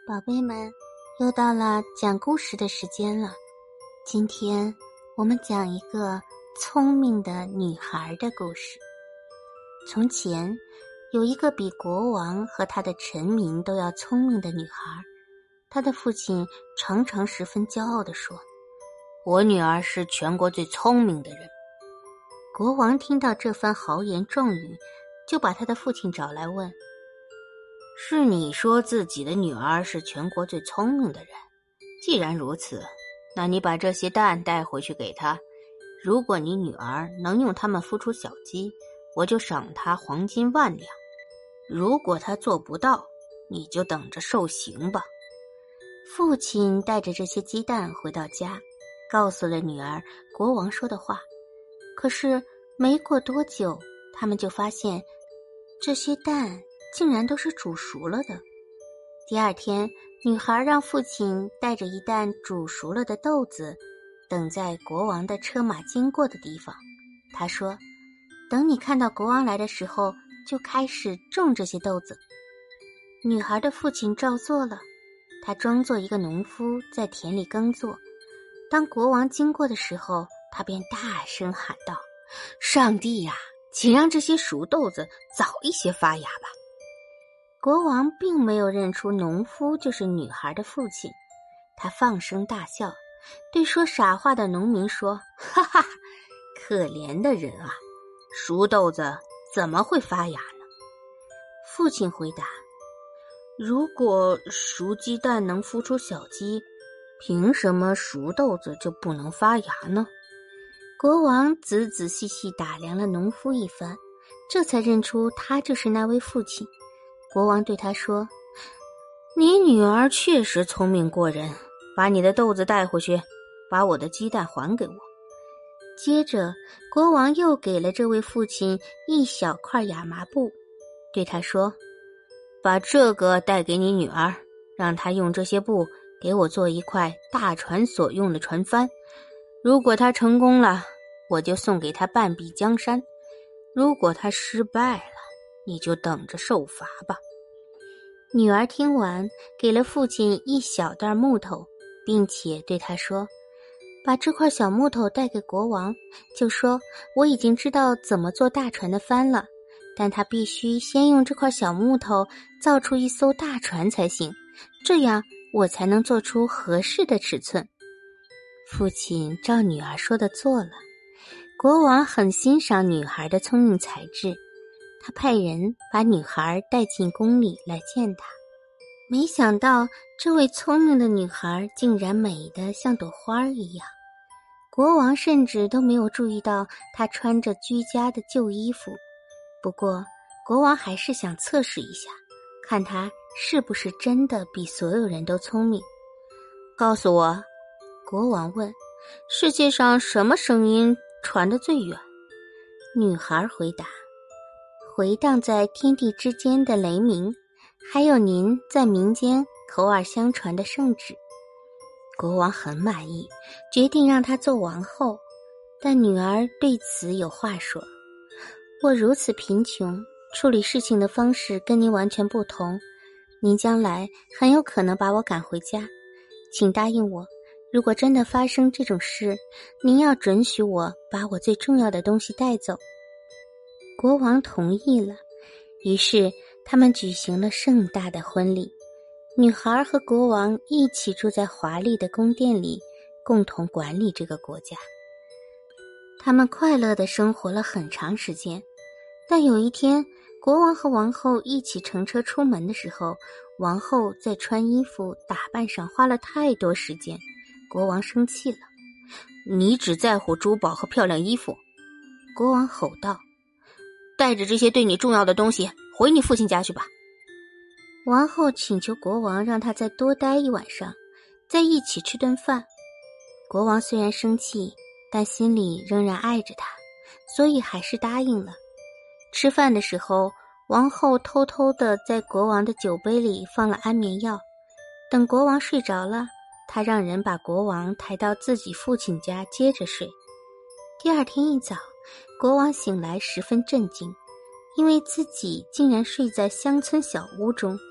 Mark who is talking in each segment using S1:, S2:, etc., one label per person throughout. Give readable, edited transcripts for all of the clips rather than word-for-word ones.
S1: 宝贝们，又到了讲故事的时间了。今天我们讲一个聪明的女孩的故事。从前有一个比国王和他的臣民都要聪明的女孩，她的父亲常常十分骄傲地说，我女儿是全国最聪明的人。国王听到这番豪言壮语，就把他的父亲找来问，是你说自己的女儿是全国最聪明的人，既然如此，那你把这些蛋带回去给她。如果你女儿能用它们孵出小鸡，我就赏她黄金万两；如果她做不到，你就等着受刑吧。父亲带着这些鸡蛋回到家，告诉了女儿国王说的话。可是没过多久，他们就发现这些蛋竟然都是煮熟了的。第二天，女孩让父亲带着一担煮熟了的豆子，等在国王的车马经过的地方。她说，等你看到国王来的时候，就开始种这些豆子。女孩的父亲照做了，他装作一个农夫在田里耕作。当国王经过的时候，他便大声喊道，上帝呀，请让这些熟豆子早一些发芽吧。国王并没有认出农夫就是女孩的父亲，他放声大笑，对说傻话的农民说，哈哈，可怜的人啊，熟豆子怎么会发芽呢？父亲回答，如果熟鸡蛋能孵出小鸡，凭什么熟豆子就不能发芽呢？国王仔仔细细打量了农夫一番，这才认出他就是那位父亲。国王对他说，你女儿确实聪明过人，把你的豆子带回去，把我的鸡蛋还给我。接着国王又给了这位父亲一小块亚麻布，对他说，把这个带给你女儿，让她用这些布给我做一块大船所用的船帆。如果她成功了，我就送给她半壁江山；如果她失败了，你就等着受罚吧。女儿听完，给了父亲一小段木头，并且对他说，把这块小木头带给国王，就说我已经知道怎么做大船的帆了，但他必须先用这块小木头造出一艘大船才行，这样我才能做出合适的尺寸。父亲照女儿说的做了。国王很欣赏女孩的聪明才智，他派人把女孩带进宫里来见她。没想到这位聪明的女孩竟然美得像朵花一样，国王甚至都没有注意到她穿着居家的旧衣服。不过国王还是想测试一下，看她是不是真的比所有人都聪明。告诉我，国王问，世界上什么声音传得最远？女孩回答，回荡在天地之间的雷鸣，还有您在民间口耳相传的圣旨。国王很满意，决定让她做王后。但女儿对此有话说，我如此贫穷，处理事情的方式跟您完全不同，您将来很有可能把我赶回家。请答应我，如果真的发生这种事，您要准许我把我最重要的东西带走。国王同意了，于是他们举行了盛大的婚礼。女孩和国王一起住在华丽的宫殿里，共同管理这个国家。他们快乐地生活了很长时间。但有一天，国王和王后一起乘车出门的时候，王后在穿衣服打扮上花了太多时间，国王生气了。你只在乎珠宝和漂亮衣服，国王吼道，带着这些对你重要的东西回你父亲家去吧。王后请求国王让她再多待一晚上，再一起吃顿饭。国王虽然生气，但心里仍然爱着她，所以还是答应了。吃饭的时候，王后偷偷地在国王的酒杯里放了安眠药。等国王睡着了，她让人把国王抬到自己父亲家接着睡。第二天一早，国王醒来十分震惊，因为自己竟然睡在乡村小屋中。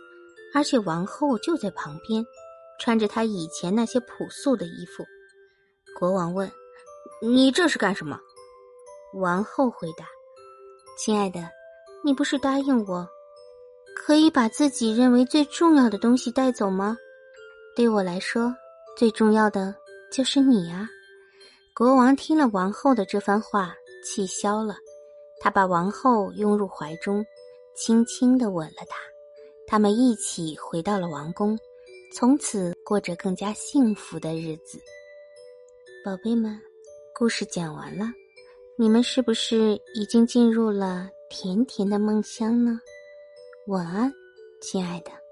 S1: 而且王后就在旁边，穿着她以前那些朴素的衣服。国王问：“你这是干什么？”王后回答：“亲爱的，你不是答应我，可以把自己认为最重要的东西带走吗？对我来说，最重要的就是你啊。”国王听了王后的这番话，气消了，他把王后拥入怀中，轻轻地吻了她。他们一起回到了王宫，从此过着更加幸福的日子。宝贝们，故事讲完了，你们是不是已经进入了甜甜的梦乡呢？晚安，亲爱的。